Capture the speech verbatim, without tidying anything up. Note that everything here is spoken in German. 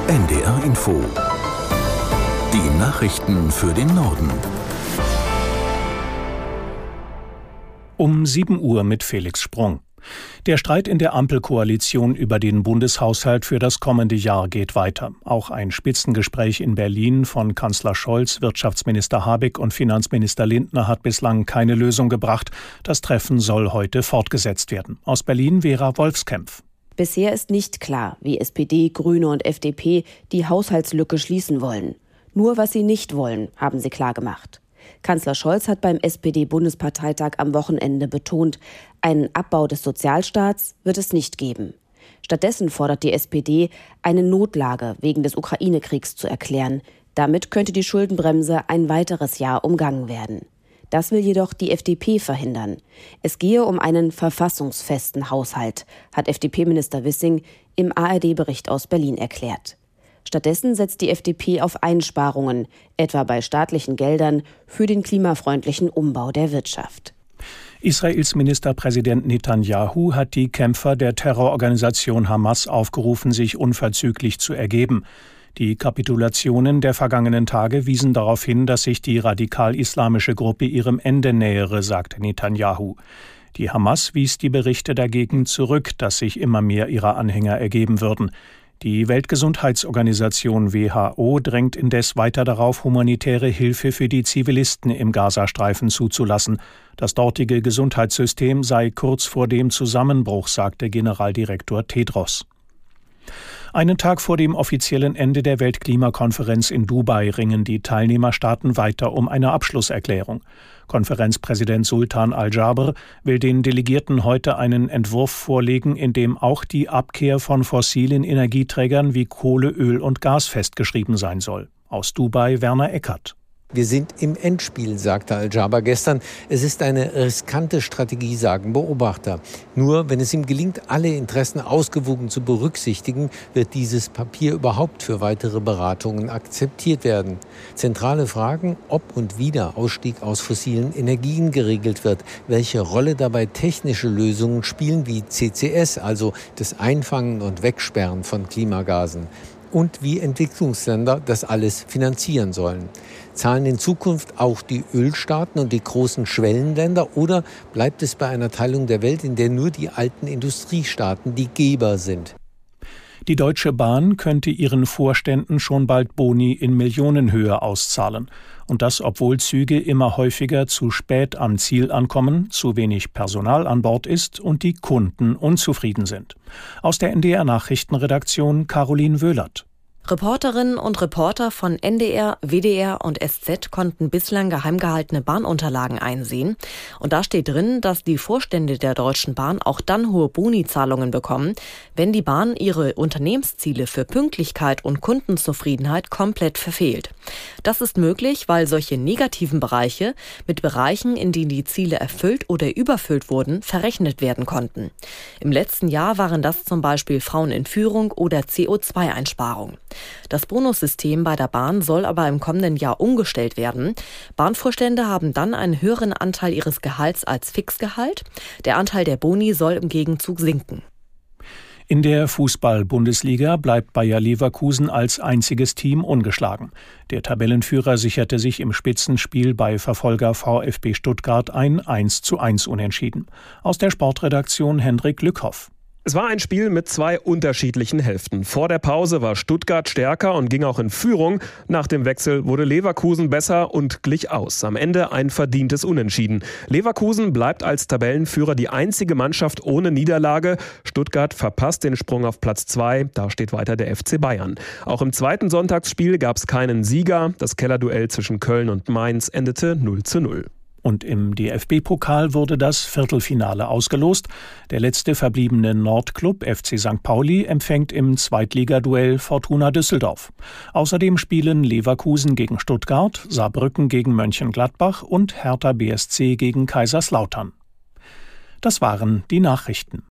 N D R Info. Die Nachrichten für den Norden. Um sieben Uhr mit Felix Sprung. Der Streit in der Ampelkoalition über den Bundeshaushalt für das kommende Jahr geht weiter. Auch ein Spitzengespräch in Berlin von Kanzler Scholz, Wirtschaftsminister Habeck und Finanzminister Lindner hat bislang keine Lösung gebracht. Das Treffen soll heute fortgesetzt werden. Aus Berlin Vera Wolfskämpf. Bisher ist nicht klar, wie S P D, Grüne und F D P die Haushaltslücke schließen wollen. Nur was sie nicht wollen, haben sie klargemacht. Kanzler Scholz hat beim S P D-Bundesparteitag am Wochenende betont, einen Abbau des Sozialstaats wird es nicht geben. Stattdessen fordert die S P D, eine Notlage wegen des Ukraine-Kriegs zu erklären. Damit könnte die Schuldenbremse ein weiteres Jahr umgangen werden. Das will jedoch die F D P verhindern. Es gehe um einen verfassungsfesten Haushalt, hat F D P-Minister Wissing im A R D-Bericht aus Berlin erklärt. Stattdessen setzt die F D P auf Einsparungen, etwa bei staatlichen Geldern für den klimafreundlichen Umbau der Wirtschaft. Israels Ministerpräsident Netanyahu hat die Kämpfer der Terrororganisation Hamas aufgerufen, sich unverzüglich zu ergeben. Die Kapitulationen der vergangenen Tage wiesen darauf hin, dass sich die radikal-islamische Gruppe ihrem Ende nähere, sagte Netanyahu. Die Hamas wies die Berichte dagegen zurück, dass sich immer mehr ihrer Anhänger ergeben würden. Die Weltgesundheitsorganisation W H O drängt indes weiter darauf, humanitäre Hilfe für die Zivilisten im Gazastreifen zuzulassen. Das dortige Gesundheitssystem sei kurz vor dem Zusammenbruch, sagte Generaldirektor Tedros. Einen Tag vor dem offiziellen Ende der Weltklimakonferenz in Dubai ringen die Teilnehmerstaaten weiter um eine Abschlusserklärung. Konferenzpräsident Sultan Al-Jaber will den Delegierten heute einen Entwurf vorlegen, in dem auch die Abkehr von fossilen Energieträgern wie Kohle, Öl und Gas festgeschrieben sein soll. Aus Dubai Werner Eckert. Wir sind im Endspiel, sagte Al-Jaber gestern. Es ist eine riskante Strategie, sagen Beobachter. Nur wenn es ihm gelingt, alle Interessen ausgewogen zu berücksichtigen, wird dieses Papier überhaupt für weitere Beratungen akzeptiert werden. Zentrale Fragen, ob und wie der Ausstieg aus fossilen Energien geregelt wird, welche Rolle dabei technische Lösungen spielen wie C C S, also das Einfangen und Wegsperren von Klimagasen. Und wie Entwicklungsländer das alles finanzieren sollen. Zahlen in Zukunft auch die Ölstaaten und die großen Schwellenländer oder bleibt es bei einer Teilung der Welt, in der nur die alten Industriestaaten die Geber sind? Die Deutsche Bahn könnte ihren Vorständen schon bald Boni in Millionenhöhe auszahlen. Und das, obwohl Züge immer häufiger zu spät am Ziel ankommen, zu wenig Personal an Bord ist und die Kunden unzufrieden sind. Aus der N D R-Nachrichtenredaktion Caroline Wöhlert. Reporterinnen und Reporter von N D R, W D R und S Z konnten bislang geheim gehaltene Bahnunterlagen einsehen. Und da steht drin, dass die Vorstände der Deutschen Bahn auch dann hohe Boni-Zahlungen bekommen, wenn die Bahn ihre Unternehmensziele für Pünktlichkeit und Kundenzufriedenheit komplett verfehlt. Das ist möglich, weil solche negativen Bereiche mit Bereichen, in denen die Ziele erfüllt oder überfüllt wurden, verrechnet werden konnten. Im letzten Jahr waren das zum Beispiel Frauen in Führung oder C O zwei Einsparung. Das Bonussystem bei der Bahn soll aber im kommenden Jahr umgestellt werden. Bahnvorstände haben dann einen höheren Anteil ihres Gehalts als Fixgehalt. Der Anteil der Boni soll im Gegenzug sinken. In der Fußball-Bundesliga bleibt Bayer Leverkusen als einziges Team ungeschlagen. Der Tabellenführer sicherte sich im Spitzenspiel bei Verfolger VfB Stuttgart ein eins zu eins Unentschieden. Aus der Sportredaktion Hendrik Lückhoff. Es war ein Spiel mit zwei unterschiedlichen Hälften. Vor der Pause war Stuttgart stärker und ging auch in Führung. Nach dem Wechsel wurde Leverkusen besser und glich aus. Am Ende ein verdientes Unentschieden. Leverkusen bleibt als Tabellenführer die einzige Mannschaft ohne Niederlage. Stuttgart verpasst den Sprung auf Platz zwei. Da steht weiter der F C Bayern. Auch im zweiten Sonntagsspiel gab es keinen Sieger. Das Kellerduell zwischen Köln und Mainz endete null zu null. Und im D F B-Pokal wurde das Viertelfinale ausgelost. Der letzte verbliebene Nordclub F C Sankt Pauli empfängt im Zweitligaduell Fortuna Düsseldorf. Außerdem spielen Leverkusen gegen Stuttgart, Saarbrücken gegen Mönchengladbach und Hertha B S C gegen Kaiserslautern. Das waren die Nachrichten.